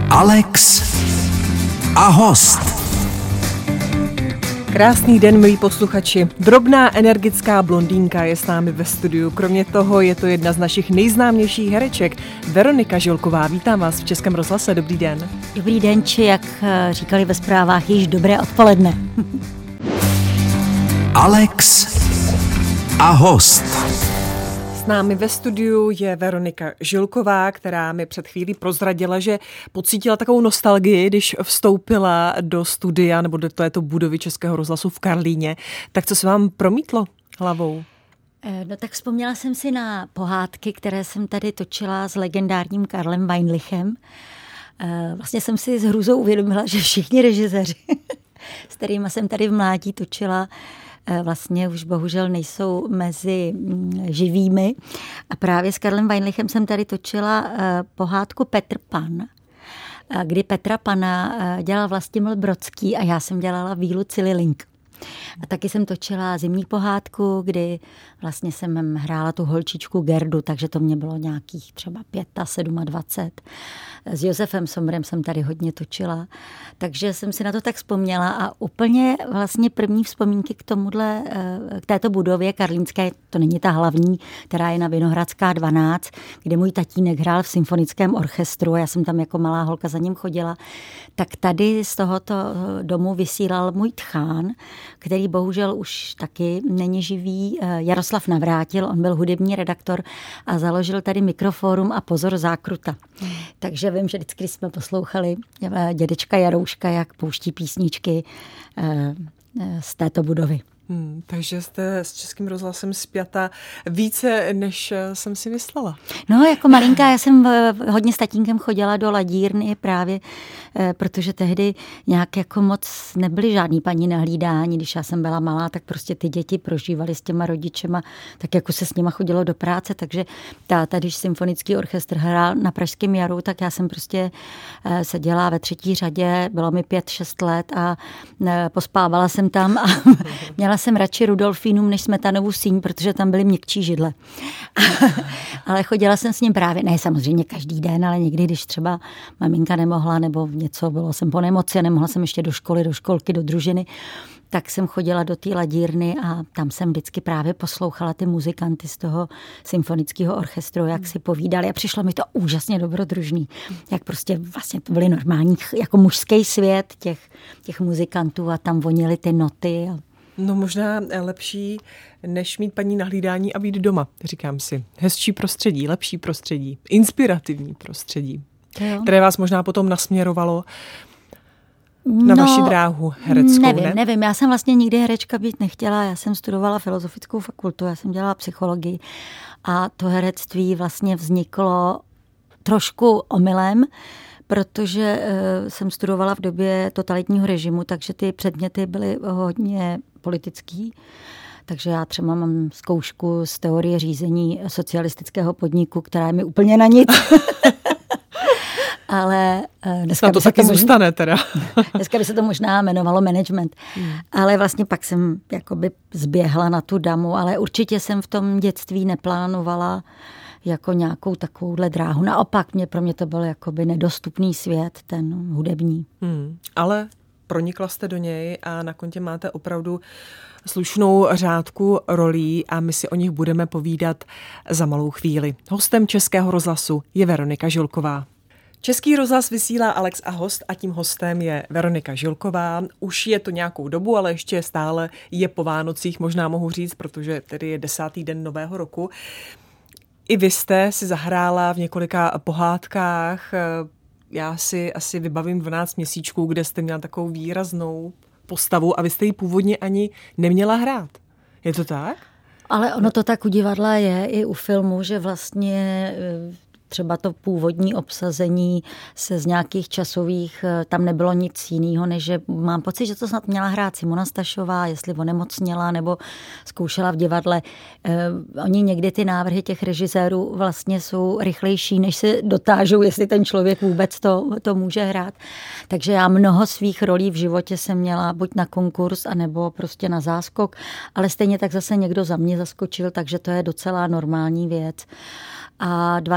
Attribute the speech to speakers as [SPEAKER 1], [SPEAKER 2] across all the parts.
[SPEAKER 1] Alex a host.
[SPEAKER 2] Krásný den, milí posluchači. Drobná energická blondýnka je s námi ve studiu. Kromě toho je to jedna z našich nejznámějších hereček, Veronika Žilková. Vítám vás v Českém rozhlase. Dobrý den.
[SPEAKER 3] Dobrý den, či jak říkali ve zprávách, již dobré odpoledne.
[SPEAKER 1] Alex a host.
[SPEAKER 2] S námi ve studiu je Veronika Žilková, která mi před chvílí prozradila, že pocítila takovou nostalgii, když vstoupila do studia nebo do této budovy Českého rozhlasu v Karlíně. Tak co se vám promítlo hlavou?
[SPEAKER 3] No tak vzpomněla jsem si na pohádky, které jsem tady točila s legendárním Karlem Weinlichem. Vlastně jsem si s hrůzou uvědomila, že všichni režiséři, s kterými jsem tady v mládí točila, vlastně už bohužel nejsou mezi živými. A právě s Karlem Weinlichem jsem tady točila pohádku Petr Pan, kdy Petra Pana dělal Vlastimil Brodský a já jsem dělala Vílu Cililink. A taky jsem točila zimní pohádku, kdy vlastně jsem hrála tu holčičku Gerdu, takže to mě bylo nějakých třeba 27. S Josefem Somrem jsem tady hodně točila, takže jsem si na to tak vzpomněla a úplně vlastně první vzpomínky k této budově karlínské, to není ta hlavní, která je na Vinohradská 12, kde můj tatínek hrál v symfonickém orchestru a já jsem tam jako malá holka za ním chodila, tak tady z tohoto domu vysílal můj tchán, který bohužel už taky není živý, Jaroslav Navrátil, on byl hudební redaktor a založil tady Mikrofórum a Pozor zákruta. Takže vím, že vždycky jsme poslouchali dědečka Jarouška, jak pouští písničky z této budovy.
[SPEAKER 2] Takže jste s Českým rozhlasem spjata více, než jsem si myslela.
[SPEAKER 3] No, jako malinká, já jsem hodně s tatínkem chodila do ladírny právě, protože tehdy nějak jako moc nebyly žádný paní na hlídání. Když já jsem byla malá, tak prostě ty děti prožívaly s těma rodičema, tak jako se s nima chodilo do práce, takže táta, když symfonický orchestr hrál na Pražském jaru, tak já jsem prostě seděla ve třetí řadě, bylo mi 5-6 let a pospávala jsem tam a měla jsem radši Rudolfínum než Smetanovu síň, protože tam byly měkčí židle. Ale chodila jsem s ním právě, ne samozřejmě každý den, ale někdy, když třeba maminka nemohla nebo něco, bylo jsem po nemoci a nemohla jsem ještě do školy, do školky, do družiny, tak jsem chodila do té ladírny a tam jsem vždycky právě poslouchala ty muzikanty z toho symfonického orchestru, jak si povídali a přišlo mi to úžasně dobrodružný. Jak prostě vlastně to byly normální, jako mužský svět těch muzikantů a tam vonily ty noty.
[SPEAKER 2] No možná lepší, než mít paní na hlídání a být doma, říkám si. Hezčí prostředí, lepší prostředí, inspirativní prostředí, které vás možná potom nasměrovalo na vaši dráhu hereckou,
[SPEAKER 3] Nevím, já jsem vlastně nikdy herečka být nechtěla, já jsem studovala filozofickou fakultu, já jsem dělala psychologii a to herectví vlastně vzniklo trošku omylem, protože jsem studovala v době totalitního režimu, takže ty předměty byly hodně politický. Takže já třeba mám zkoušku z teorie řízení socialistického podniku, která je mi úplně na nic. Ale dneska
[SPEAKER 2] to taky zůstane teda.
[SPEAKER 3] Dneska by se to možná jmenovalo management. Ale vlastně pak jsem jakoby zběhla na tu damu, ale určitě jsem v tom dětství neplánovala jako nějakou takovouhle dráhu. Naopak, pro mě to byl jakoby nedostupný svět, ten hudební.
[SPEAKER 2] Ale pronikla jste do něj a na kontě máte opravdu slušnou řádku rolí a my si o nich budeme povídat za malou chvíli. Hostem Českého rozhlasu je Veronika Žilková. Český rozhlas vysílá Alex a host a tím hostem je Veronika Žilková. Už je to nějakou dobu, ale ještě stále je po Vánocích, možná mohu říct, protože tedy je 10. den nového roku. I vy jste si zahrála v několika pohádkách. Já si asi vybavím 12 měsíčků, kde jste měla takovou výraznou postavu a vy jste ji původně ani neměla hrát. Je to tak?
[SPEAKER 3] Ale ono to tak u divadla je i u filmu, že vlastně třeba to původní obsazení se z nějakých časových, tam nebylo nic jiného, než že mám pocit, že to snad měla hrát Simona Stašová, jestli onemocněla nebo zkoušela v divadle. Oni někdy ty návrhy těch režisérů vlastně jsou rychlejší, než se dotážou, jestli ten člověk vůbec to může hrát. Takže já mnoho svých rolí v životě jsem měla buď na konkurs, anebo prostě na záskok, ale stejně tak zase někdo za mě zaskočil, takže to je docela normální věc. A 12 měsíců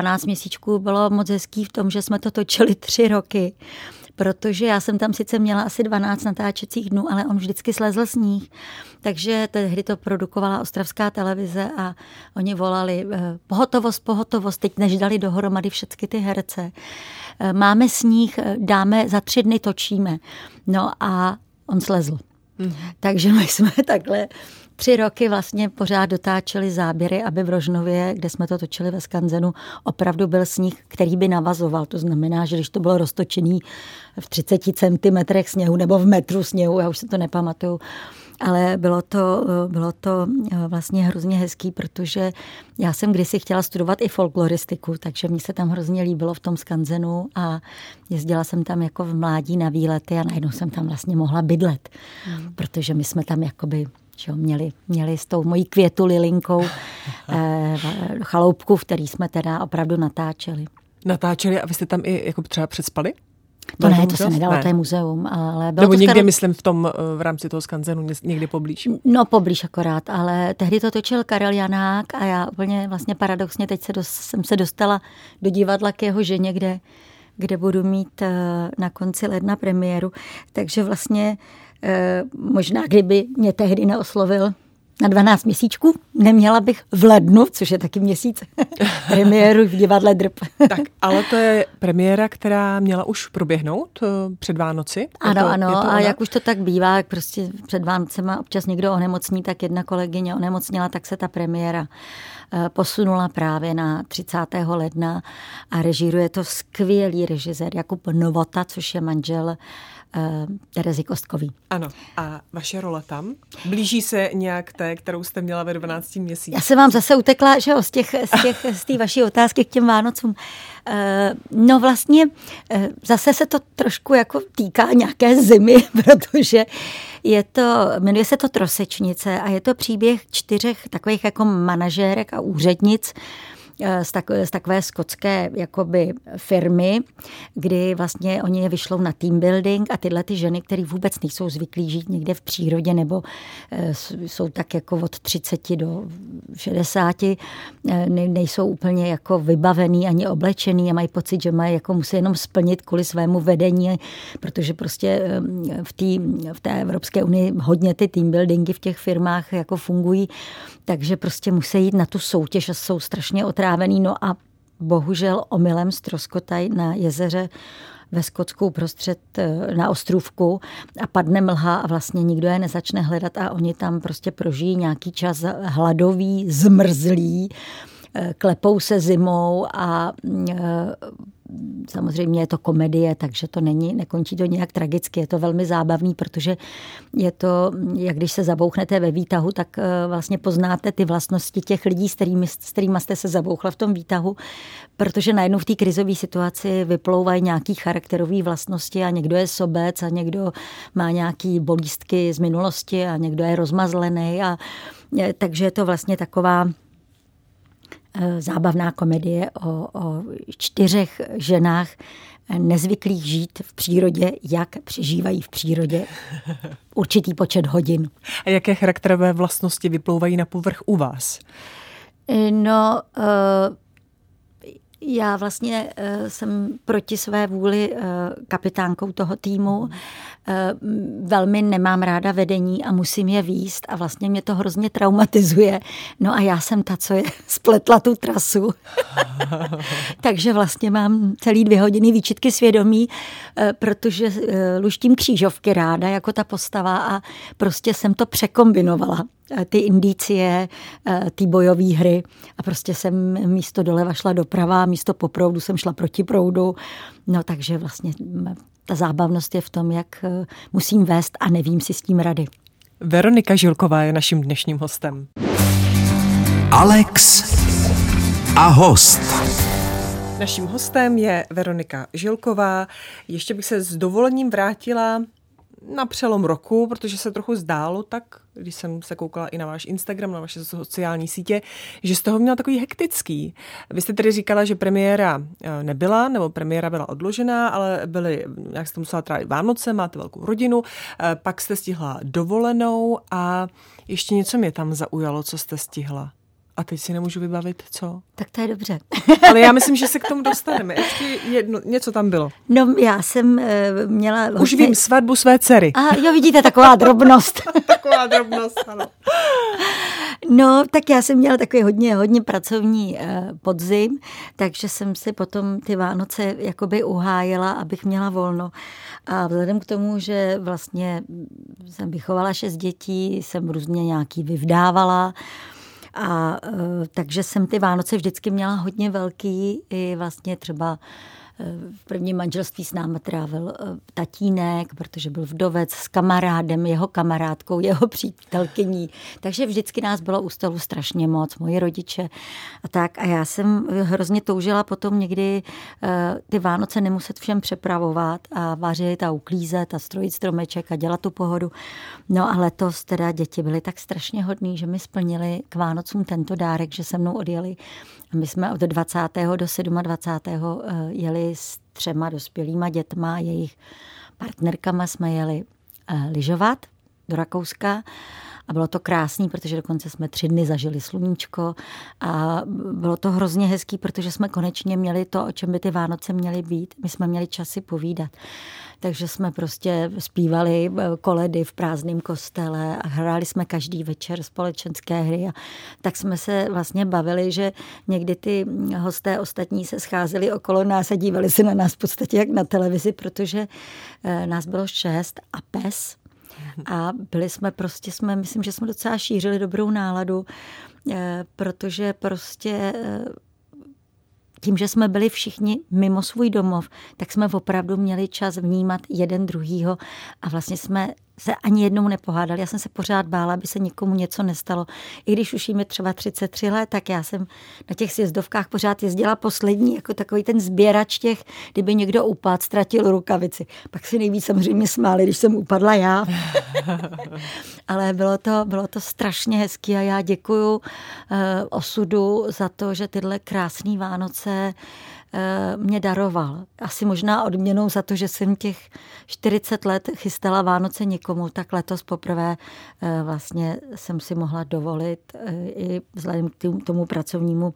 [SPEAKER 3] měsíčků bylo moc hezký v tom, že jsme to točili 3 roky, protože já jsem tam sice měla asi 12 natáčecích dnů, ale on vždycky slezl sníh. Takže tehdy to produkovala ostravská televize a oni volali pohotovost, teď než dali dohromady všechny ty herce. Máme sníh, dáme, za 3 dny točíme. No a on slezl. Takže my jsme takhle 3 roky vlastně pořád dotáčeli záběry, aby v Rožnově, kde jsme to točili ve Skanzenu, opravdu byl sníh, který by navazoval. To znamená, že když to bylo roztočený v 30 centimetrech sněhu nebo v metru sněhu, já už si to nepamatuju, ale bylo to vlastně hrozně hezký, protože já jsem kdysi chtěla studovat i folkloristiku, takže mně se tam hrozně líbilo v tom Skanzenu a jezdila jsem tam jako v mládí na výlety a najednou jsem tam vlastně mohla bydlet, protože my jsme tam jakoby měli s tou mojí Květu Lilinkou chaloupku, v který jsme teda opravdu natáčeli.
[SPEAKER 2] Natáčeli a vy jste tam i jako třeba předspali?
[SPEAKER 3] To se nedalo, to je muzeum. Ale bylo
[SPEAKER 2] nebo
[SPEAKER 3] to
[SPEAKER 2] někde, myslím, v rámci toho Skanzenu, někde poblíž?
[SPEAKER 3] No, poblíž akorát, ale tehdy to točil Karel Janák a já úplně vlastně paradoxně teď jsem se dostala do divadla k jeho ženě, kde budu mít na konci ledna premiéru. Takže vlastně možná, kdyby mě tehdy neoslovil na 12 měsíčků, neměla bych v lednu, což je taky měsíc, premiéru v divadle Drb.
[SPEAKER 2] Tak, ale to je premiéra, která měla už proběhnout před Vánoci?
[SPEAKER 3] Ano, a jak už to tak bývá, jak prostě před Vánocema občas někdo onemocní, tak jedna kolegyně onemocněla, tak se ta premiéra posunula právě na 30. ledna a režíruje to skvělý režisér Jakub Novota, což je manžel Terezy Kostkový.
[SPEAKER 2] Ano. A vaše role tam? Blíží se nějak té, kterou jste měla ve 12 měsících?
[SPEAKER 3] Já jsem vám zase utekla, že z té vaší otázky k těm Vánocům. No vlastně zase se to trošku jako týká nějaké zimy, protože jmenuje se to Trosečnice a je to příběh 4 takových jako manažérek a úřednic, z takové skotské jakoby firmy, kdy vlastně oni je vyšlou na team building a tyhle ty ženy, které vůbec nejsou zvyklí žít někde v přírodě nebo jsou tak jako od 30 do 60, nejsou úplně jako vybavený ani oblečený a mají pocit, že musí jenom splnit kvůli svému vedení, protože prostě v té Evropské unii hodně ty team buildingy v těch firmách jako fungují, takže prostě musí jít na tu soutěž a jsou strašně otrávený. No a bohužel omylem ztroskotají na jezeře ve Skotsku uprostřed na ostrůvku a padne mlha a vlastně nikdo je nezačne hledat a oni tam prostě prožijí nějaký čas hladový, zmrzlý, klepou se zimou a samozřejmě je to komedie, takže to nekončí to nějak tragicky. Je to velmi zábavný, protože je to, jak když se zabouchnete ve výtahu, tak vlastně poznáte ty vlastnosti těch lidí, s kterými jste se zabouchla v tom výtahu, protože najednou v té krizové situaci vyplouvají nějaký charakterové vlastnosti a někdo je sobec a někdo má nějaký bolístky z minulosti a někdo je rozmazlený takže je to vlastně taková zábavná komedie o 4 ženách nezvyklých žít v přírodě, jak přežívají v přírodě určitý počet hodin.
[SPEAKER 2] A jaké charakterové vlastnosti vyplouvají na povrch u vás?
[SPEAKER 3] No, já vlastně jsem proti své vůli kapitánkou toho týmu. Velmi nemám ráda vedení a musím je vést a vlastně mě to hrozně traumatizuje. No a já jsem ta, co je spletla tu trasu. Takže vlastně mám celý 2 hodiny výčitky svědomí, protože luštím křížovky ráda jako ta postava a prostě jsem to překombinovala. Ty indicie, ty bojové hry a prostě jsem místo doleva šla doprava, místo po proudu jsem šla proti proudu. No takže vlastně ta zábavnost je v tom, jak musím vést a nevím si s tím rady.
[SPEAKER 2] Veronika Žilková je naším dnešním hostem.
[SPEAKER 1] Alex a host.
[SPEAKER 2] Naším hostem je Veronika Žilková. Ještě bych se s dovolením vrátila na přelom roku, protože se trochu zdálo tak, když jsem se koukala i na váš Instagram, na vaše sociální sítě, že jste ho měla takový hektický. Vy jste tedy říkala, že premiéra nebyla, nebo premiéra byla odložená, ale byly, jak jste musela trávit Vánoce, máte velkou rodinu, pak jste stihla dovolenou a ještě něco mě tam zaujalo, co jste stihla. A teď si nemůžu vybavit, co?
[SPEAKER 3] Tak to je dobře.
[SPEAKER 2] Ale já myslím, že se k tomu dostaneme. Ještě něco tam bylo.
[SPEAKER 3] No, já jsem měla...
[SPEAKER 2] Už vím, svatbu své dcery.
[SPEAKER 3] A jo, vidíte, taková drobnost.
[SPEAKER 2] Taková drobnost, ano.
[SPEAKER 3] No, tak já jsem měla takový hodně pracovní podzim, takže jsem si potom ty Vánoce jakoby uhájila, abych měla volno. A vzhledem k tomu, že vlastně jsem vychovala 6 dětí, jsem různě nějaký vyvdávala, a takže jsem ty Vánoce vždycky měla hodně velký, i vlastně třeba v prvním manželství s náma trávil tatínek, protože byl vdovec s kamarádem, jeho kamarádkou, jeho přítelkyní. Takže vždycky nás bylo u stolu strašně moc, moji rodiče a tak. A já jsem hrozně toužila potom někdy ty Vánoce nemuset všem přepravovat a vařit a uklízet a strojit stromeček a dělat tu pohodu. No a letos teda děti byly tak strašně hodný, že mi splnili k Vánocům tento dárek, že se mnou odjeli. A my jsme od 20. do 27. jeli s 3 dospělýma dětma, jejich partnerkama jsme jeli lyžovat do Rakouska a bylo to krásný, protože dokonce jsme 3 dny zažili sluníčko a bylo to hrozně hezký, protože jsme konečně měli to, o čem by ty Vánoce měly být. My jsme měli čas si povídat. Takže jsme prostě zpívali koledy v prázdném kostele a hráli jsme každý večer společenské hry. A tak jsme se vlastně bavili, že někdy ty hosté ostatní se scházeli okolo nás a dívali se na nás v podstatě jak na televizi, protože nás bylo 6 a pes. A byli jsme prostě, myslím, že jsme docela šířili dobrou náladu, protože prostě tím, že jsme byli všichni mimo svůj domov, tak jsme opravdu měli čas vnímat jeden druhýho a vlastně jsme se ani jednou nepohádali. Já jsem se pořád bála, aby se nikomu něco nestalo. I když už jim je třeba 33 let, tak já jsem na těch sjezdovkách pořád jezdila poslední, jako takový ten sběrač těch, kdyby někdo upadl, ztratil rukavici. Pak si nejvíc samozřejmě smáli, když jsem upadla já. Ale bylo to strašně hezký a já děkuju osudu za to, že tyhle krásné Vánoce mě daroval. Asi možná odměnou za to, že jsem těch 40 let chystala Vánoce někomu, tak letos poprvé vlastně jsem si mohla dovolit i vzhledem k tomu pracovnímu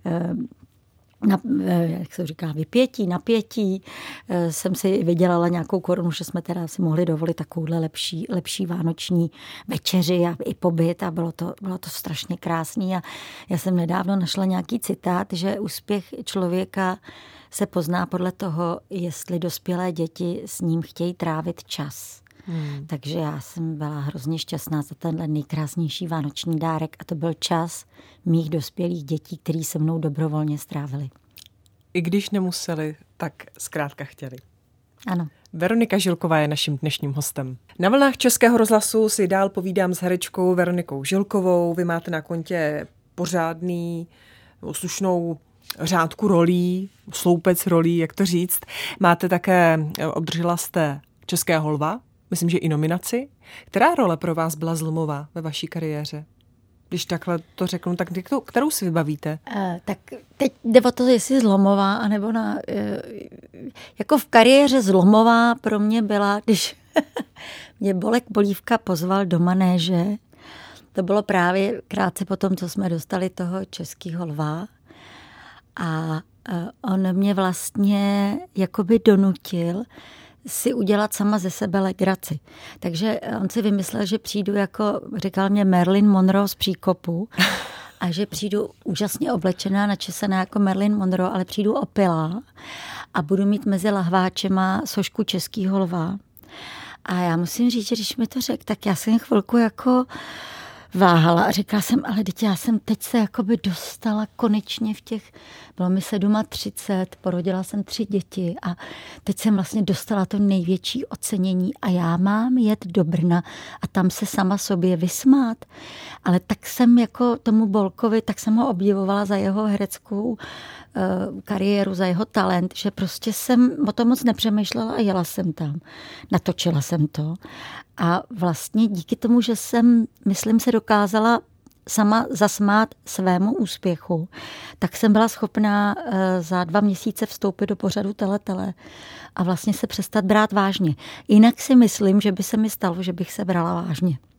[SPEAKER 3] jak se říká, napětí. Jsem si vydělala nějakou korunu, že jsme teda si mohli dovolit takovouhle lepší vánoční večeři a i pobyt a bylo to strašně krásný. A já jsem nedávno našla nějaký citát, že úspěch člověka se pozná podle toho, jestli dospělé děti s ním chtějí trávit čas. Takže já jsem byla hrozně šťastná za tenhle nejkrásnější vánoční dárek a to byl čas mých dospělých dětí, který se mnou dobrovolně strávili.
[SPEAKER 2] I když nemuseli, tak zkrátka chtěli.
[SPEAKER 3] Ano.
[SPEAKER 2] Veronika Žilková je naším dnešním hostem. Na vlnách Českého rozhlasu si dál povídám s herečkou Veronikou Žilkovou. Vy máte na kontě pořádný, slušnou řádku rolí, sloupec rolí, jak to říct. Máte také, obdržela jste Českého lva, myslím, že i nominaci. Která role pro vás byla zlomová ve vaší kariéře? Když takhle to řeknu, tak kterou si vybavíte?
[SPEAKER 3] Tak teď jde o to, jestli zlomová, anebo jako v kariéře zlomová pro mě byla, když mě Bolek Bolívka pozval do manéže. To bylo právě krátce po tom, co jsme dostali toho Českého lva. A on mě vlastně jakoby donutil si udělat sama ze sebe legraci. Takže on si vymyslel, že přijdu jako, říkal mě Marilyn Monroe z Příkopu a že přijdu úžasně oblečená, načesaná jako Marilyn Monroe, ale přijdu opilá a budu mít mezi lahváčema sošku Českého lva. A já musím říct, že když mi to řekl, tak já jsem chvilku jako váhala a říkala jsem, ale teď já jsem teď se jakoby dostala konečně bylo mi 37, porodila jsem 3 děti a teď jsem vlastně dostala to největší ocenění a já mám jet do Brna a tam se sama sobě vysmát. Ale tak jsem jako tomu Bolkovi, tak jsem ho obdivovala za jeho hereckou kariéru, za jeho talent, že prostě jsem o tom moc nepřemýšlela a jela jsem tam. Natočila jsem to. A vlastně díky tomu, že jsem, myslím, se dokázala sama zasmát svému úspěchu, tak jsem byla schopná za 2 měsíce vstoupit do pořadu Tele a vlastně se přestat brát vážně. Jinak si myslím, že by se mi stalo, že bych se brala vážně.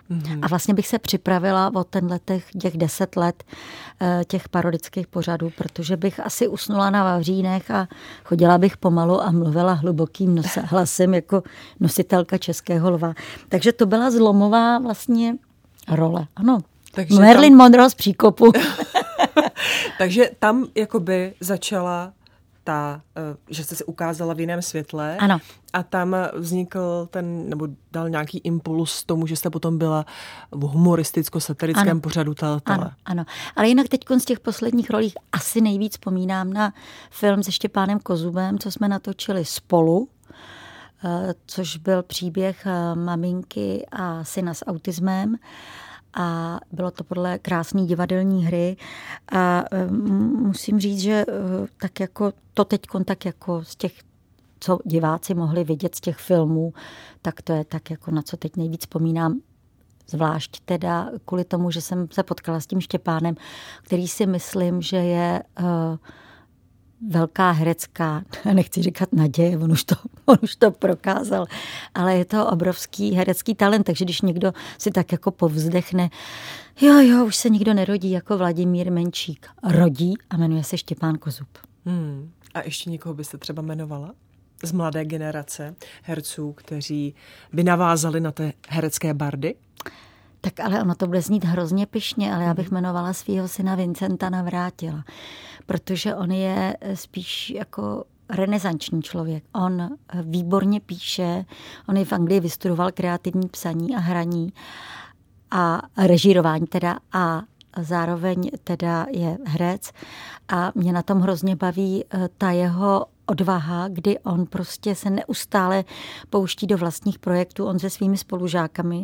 [SPEAKER 3] A vlastně bych se připravila o těch 10 let těch parodických pořadů, protože bych asi usnula na vavřínech a chodila bych pomalu a mluvila hlubokým hlasem jako nositelka Českého lva. Takže to byla zlomová vlastně role. Ano. Takže Marilyn Monroe z Příkopu.
[SPEAKER 2] Takže tam jakoby začala že jste se ukázala v jiném světle.
[SPEAKER 3] Ano.
[SPEAKER 2] A tam vznikl nebo dal nějaký impuls tomu, že jste potom byla v humoristicko-satirickém pořadu Teletele.
[SPEAKER 3] Ano. Ale jinak teď z těch posledních rolí asi nejvíc vzpomínám na film se Štěpánem Kozubem, co jsme natočili spolu, což byl příběh maminky a syna s autismem. A bylo to podle krásné divadelní hry a musím říct, že tak jako to teďkon tak jako z těch, co diváci mohli vidět z těch filmů, tak to je tak jako na co teď nejvíc vzpomínám, zvlášť teda kvůli tomu, že jsem se potkala s tím Štěpánem, který si myslím, že je velká herecká, nechci říkat naděje, on už to prokázal, ale je to obrovský herecký talent, takže když někdo si tak jako povzdechne, jo, už se nikdo nerodí jako Vladimír Menšík. Rodí a jmenuje se Štěpán Kozub.
[SPEAKER 2] A ještě někoho byste třeba jmenovala? Z mladé generace herců, kteří by navázali na té herecké bardy?
[SPEAKER 3] Tak ale ono to bude znít hrozně pyšně, ale já bych jmenovala svého syna Vincenta Navrátila, protože on je spíš jako renesanční člověk. On výborně píše, on je v Anglii vystudoval kreativní psaní a hraní a režírování teda a zároveň teda je herec a mě na tom hrozně baví ta jeho odvaha, kdy on prostě se neustále pouští do vlastních projektů. On se svými spolužákami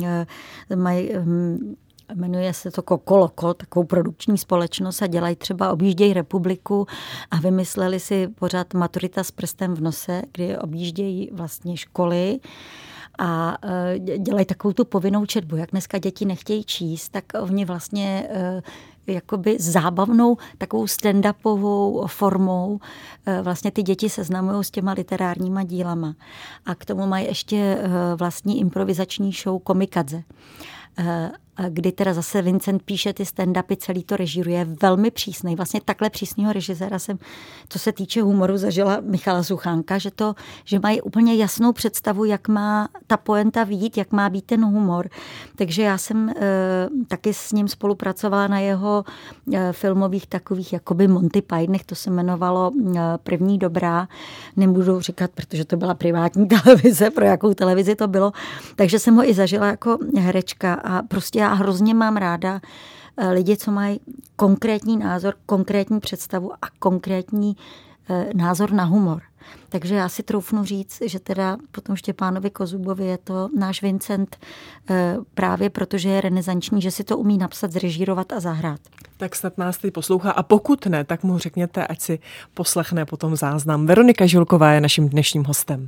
[SPEAKER 3] jmenuje se to Kokoloko, takovou produkční společnost a objíždějí republiku a vymysleli si pořád Maturita s prstem v nose, kdy objíždějí vlastně školy a dělají takovou tu povinnou četbu. Jak dneska děti nechtějí číst, tak oni vlastně jakoby zábavnou takovou stand-upovou formou vlastně ty děti seznamují s těma literárníma dílama. A k tomu mají ještě vlastní improvizační show Komikadze, kdy teda zase Vincent píše ty stand-upy, celý to režíruje, velmi přísnej. Vlastně takhle přísného režiséra jsem, co se týče humoru, zažila Michala Suchánka, že mají úplně jasnou představu, jak má ta poenta vyjít, jak má být ten humor. Takže já jsem taky s ním spolupracovala na jeho filmových takových jakoby Monty Pythonech, to se jmenovalo První dobrá, nebudu říkat, protože to byla privátní televize, pro jakou televizi to bylo, takže jsem ho i zažila jako herečka a prostě já hrozně mám ráda lidi, co mají konkrétní názor, konkrétní představu a konkrétní názor na humor. Takže já si troufnu říct, že teda po tom Štěpánovi Kozubovi je to náš Vincent právě protože je renesanční, že si to umí napsat, zrežírovat a zahrát.
[SPEAKER 2] Tak snad nás teď poslouchá a pokud ne, tak mu řekněte, ať si poslechne potom záznam. Veronika Žilková je naším dnešním hostem.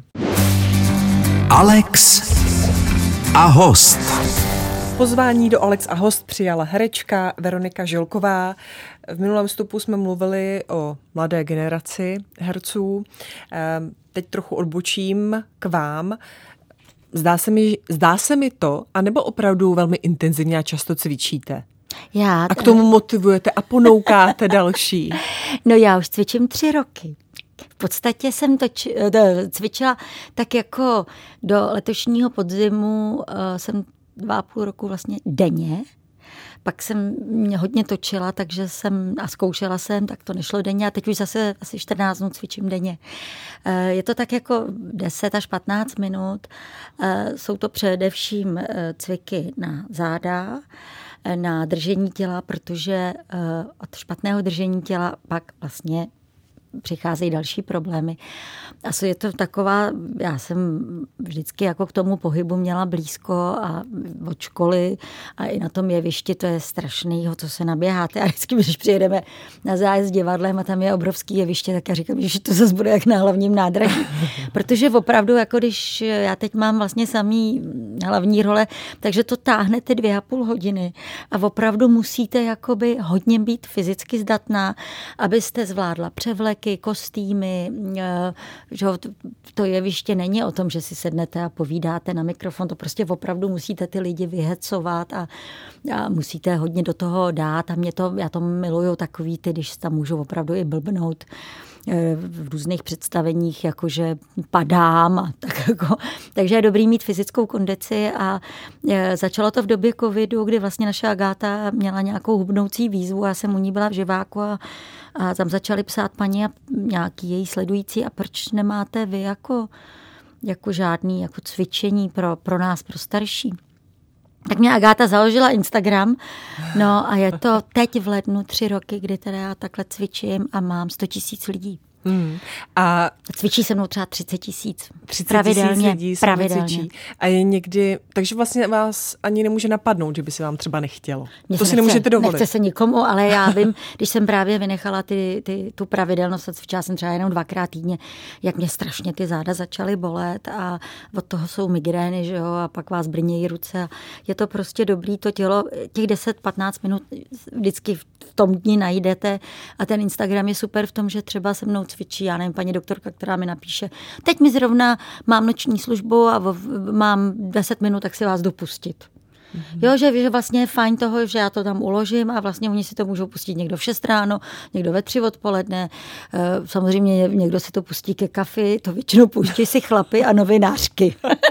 [SPEAKER 1] Alex a host.
[SPEAKER 2] Pozvání do Alex a host přijala herečka Veronika Žilková. V minulém vstupu jsme mluvili o mladé generaci herců. Teď trochu odbočím k vám. Zdá se mi to, anebo opravdu velmi intenzivně a často cvičíte? A k tomu motivujete a ponoukáte další?
[SPEAKER 3] No já už cvičím 3 roky. V podstatě jsem to cvičila tak jako do letošního podzimu jsem 2,5 roku vlastně denně. Pak jsem mě hodně točila, takže a zkoušela jsem, tak to nešlo denně a teď už zase asi 14 dnů cvičím denně. Je to tak jako 10 až 15 minut. Jsou to především cviky na záda, na držení těla, protože od špatného držení těla pak vlastně přicházejí další problémy. Asi je to taková, já jsem vždycky jako k tomu pohybu měla blízko a od školy a i na tom jevišti to je strašný, co se naběháte. A vždycky, když přijedeme na zájezd s divadlem a tam je obrovský jeviště, tak já říkám, že to zase bude jak na hlavním nádraží. Protože opravdu, jako když já teď mám vlastně samý hlavní role, takže to táhnete 2,5 hodiny a opravdu musíte jakoby hodně být fyzicky zdatná, abyste zvládla převleky, roušky, kostýmy, že to jeviště není o tom, že si sednete a povídáte na mikrofon, to prostě opravdu musíte ty lidi vyhecovat a musíte hodně do toho dát a já to miluju takový ty, když tam můžu opravdu i blbnout v různých představeních, jakože padám a tak jako. Takže je dobrý mít fyzickou kondici a začalo to v době covidu, kdy vlastně naše Agáta měla nějakou hubnoucí výzvu a já jsem u ní byla v živáku a tam začali psát paní a nějaký její sledující a proč nemáte vy jako žádný jako cvičení pro nás, pro starší. Tak mě Agáta založila Instagram, no a je to teď v lednu 3 roky, kdy teda já takhle cvičím a mám 100 000 lidí. A cvičí se mnou třeba 30 000.
[SPEAKER 2] 30 000 lidí se cvičí. A je někdy, takže vlastně vás ani nemůže napadnout, že by se vám třeba nechtělo. To si nemůžete dovolit.
[SPEAKER 3] Nechce se nikomu, ale já vím, když jsem právě vynechala tu pravidelnost a cvičila jsem třeba jenom 2krát týdně, jak mě strašně ty záda začaly bolet a od toho jsou migrény, že jo, a pak vás brnějí ruce. A je to prostě dobrý, to tělo, těch 10-15 minut vždycky v tom dni najdete a ten Instagram je super v tom, že třeba se mnou cvičí, já nevím, paní doktorka, která mi napíše, teď mi zrovna mám noční službu a mám 10 minut, tak si vás dopustit. Jo, že vlastně je fajn toho, že já to tam uložím a vlastně oni si to můžou pustit někdo v 6 ráno, někdo ve 3 odpoledne. Samozřejmě někdo si to pustí ke kafi, to většinou pustí si chlapy a novinářky.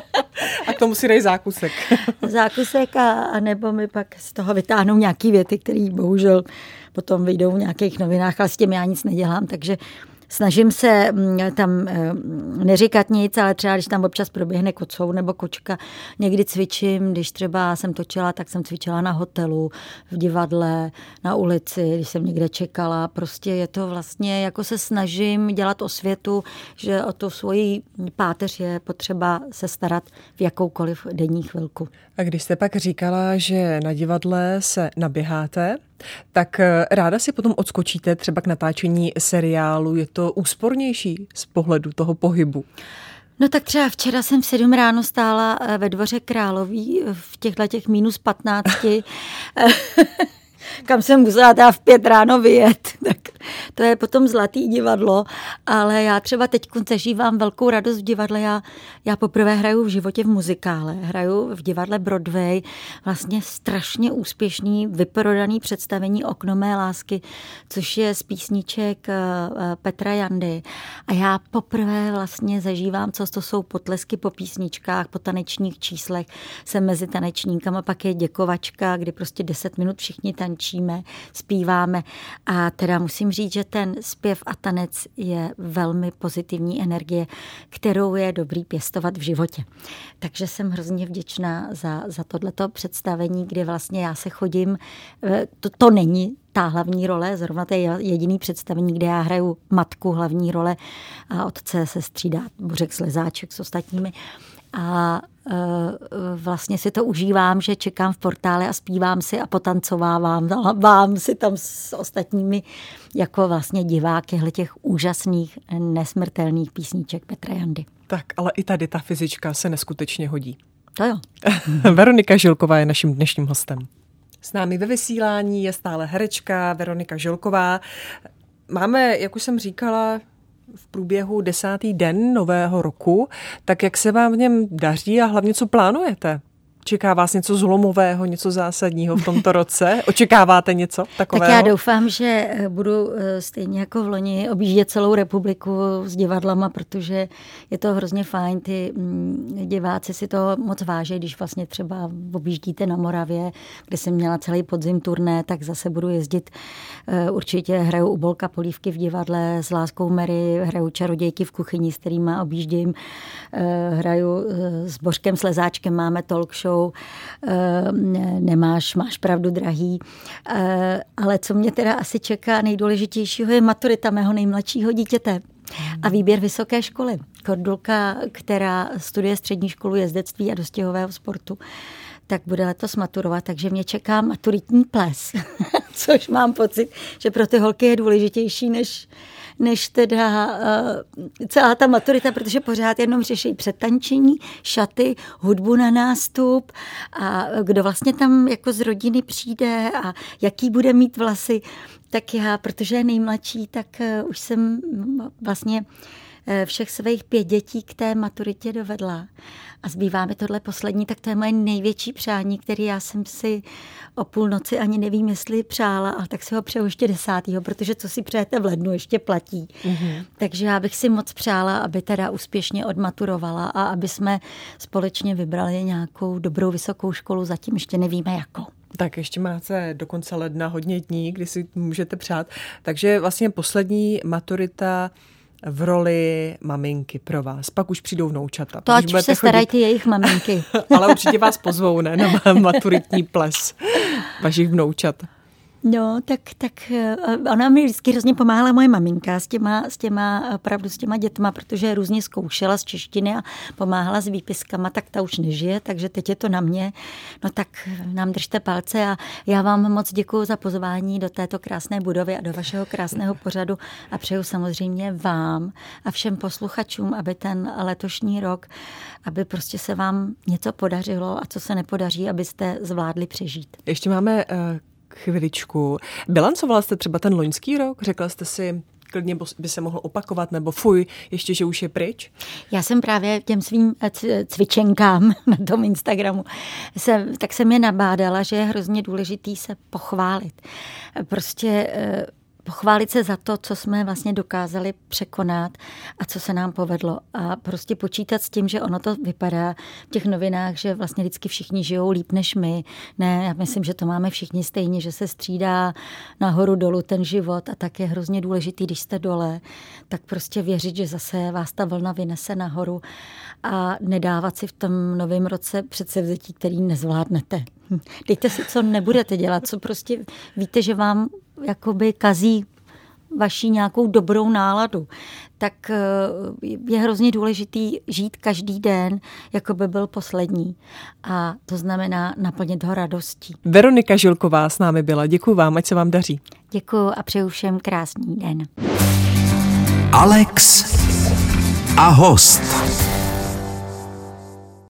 [SPEAKER 2] A k tomu si dej zákusek.
[SPEAKER 3] Zákusek a nebo mi pak z toho vytáhnou nějaký věty, které bohužel potom vyjdou v nějakých novinách, ale s tím já nic nedělám, takže snažím se tam neříkat nic, ale třeba když tam občas proběhne kocour nebo kočka, někdy cvičím, když třeba jsem točila, tak jsem cvičila na hotelu, v divadle, na ulici, když jsem někde čekala. Prostě je to vlastně, jako se snažím dělat osvětu, že o tu svoji páteř je potřeba se starat v jakoukoliv denní chvilku.
[SPEAKER 2] A když jste pak říkala, že na divadle se naběháte, tak ráda si potom odskočíte třeba k natáčení seriálu. Je to úspornější z pohledu toho pohybu?
[SPEAKER 3] No tak třeba včera jsem v 7 ráno stála ve Dvoře Králový v těch -15, kam jsem musela teda v 5 ráno vyjet. Tak to je potom zlatý divadlo, ale já třeba teď zažívám velkou radost v divadle. Já poprvé hraju v životě v muzikále. Hraju v divadle Broadway, vlastně strašně úspěšný, vyprodaný představení Okno mé lásky, což je z písniček Petra Jandy. A já poprvé vlastně zažívám, co to jsou potlesky po písničkách, po tanečních číslech. Jsem mezi tanečníkama, pak je děkovačka, kdy prostě 10 minut všichni tančíme, zpíváme a teda musím říct, že ten zpěv a tanec je velmi pozitivní energie, kterou je dobrý pěstovat v životě. Takže jsem hrozně vděčná za tohleto představení, kdy vlastně já se chodím, to není ta hlavní role, zrovna to je jediný představení, kde já hraju matku hlavní role a otce se střídá Bořek Slezáček s ostatními. A vlastně si to užívám, že čekám v portále a zpívám si a potancovávám si tam s ostatními jako vlastně diváky těch úžasných, nesmrtelných písniček Petra Jandy.
[SPEAKER 2] Tak, ale i tady ta fyzička se neskutečně hodí.
[SPEAKER 3] To jo.
[SPEAKER 2] Veronika Žilková je naším dnešním hostem. S námi ve vysílání je stále herečka Veronika Žilková. Máme, jak už jsem říkala, v průběhu 10. den nového roku, tak jak se vám v něm daří a hlavně co plánujete? Čeká vás něco zlomového, něco zásadního v tomto roce? Očekáváte něco takového?
[SPEAKER 3] Tak já doufám, že budu stejně jako v loni objíždět celou republiku s divadlama, protože je to hrozně fajn. Ty diváci si to moc váží, když vlastně třeba objíždíte na Moravě, kde jsem měla celý podzim turné, tak zase budu jezdit. Určitě hraju u Bolka Polívky v divadle s Láskou Mary, hraju Čarodějky v kuchyni, s kterýma objíždím. Hraju s Bořkem Slezáčkem, máme talk show. Máš pravdu, drahý. Ale co mě teda asi čeká nejdůležitějšího je maturita mého nejmladšího dítěte a výběr vysoké školy. Kordulka, která studuje střední školu jezdectví a dostihového sportu, tak bude letos maturovat, takže mě čeká maturitní ples, což mám pocit, že pro ty holky je důležitější než teda celá ta maturita, protože pořád jenom řeší předtančení, šaty, hudbu na nástup a kdo vlastně tam jako z rodiny přijde a jaký bude mít vlasy. Tak já, protože je nejmladší, tak už jsem vlastně všech svých 5 dětí k té maturitě dovedla. A zbývá mi tohle poslední, tak to je moje největší přání, který já jsem si o půlnoci ani nevím, jestli přála, ale tak si ho přeju ještě 10., protože co si přejete v lednu, ještě platí. Mm-hmm. Takže já bych si moc přála, aby teda úspěšně odmaturovala a aby jsme společně vybrali nějakou dobrou vysokou školu, zatím ještě nevíme jakou.
[SPEAKER 2] Tak ještě máte do konce ledna hodně dní, kdy si můžete přát. Takže vlastně poslední maturita v roli maminky pro vás. Pak už přijdou vnoučata.
[SPEAKER 3] To ať už se starají ty jejich maminky.
[SPEAKER 2] Ale určitě vás pozvou, ne? Na maturitní ples vašich vnoučat.
[SPEAKER 3] No, tak ona mi vždycky hrozně pomáhala moje maminka s těma dětma, protože různě zkoušela z češtiny a pomáhala s výpiskama, tak ta už nežije, takže teď je to na mě. No tak nám držte palce a já vám moc děkuju za pozvání do této krásné budovy a do vašeho krásného pořadu a přeju samozřejmě vám a všem posluchačům, aby ten letošní rok, aby prostě se vám něco podařilo a co se nepodaří, abyste zvládli přežít.
[SPEAKER 2] Ještě máme chviličku. Bilancovala jste třeba ten loňský rok? Řekla jste si, klidně by se mohlo opakovat, nebo fuj, ještě, že už je pryč?
[SPEAKER 3] Já jsem právě těm svým cvičenkám na tom Instagramu, tak jsem je nabádala, že je hrozně důležitý se pochválit. Prostě pochválit se za to, co jsme vlastně dokázali překonat a co se nám povedlo. A prostě počítat s tím, že ono to vypadá v těch novinách, že vlastně vždycky všichni žijou líp než my. Ne, já myslím, že to máme všichni stejně, že se střídá nahoru dolů ten život a tak je hrozně důležitý, když jste dole, tak prostě věřit, že zase vás ta vlna vynese nahoru a nedávat si v tom novém roce předsevzetí, který nezvládnete. Dejte si, co nebudete dělat, co prostě víte, že vám jakoby kazí vaši nějakou dobrou náladu, tak je hrozně důležitý žít každý den, jako by byl poslední. A to znamená naplnit ho radostí.
[SPEAKER 2] Veronika Žilková s námi byla. Děkuju vám, ať se vám daří.
[SPEAKER 3] Děkuju a přeju všem krásný den.
[SPEAKER 1] Alex a host.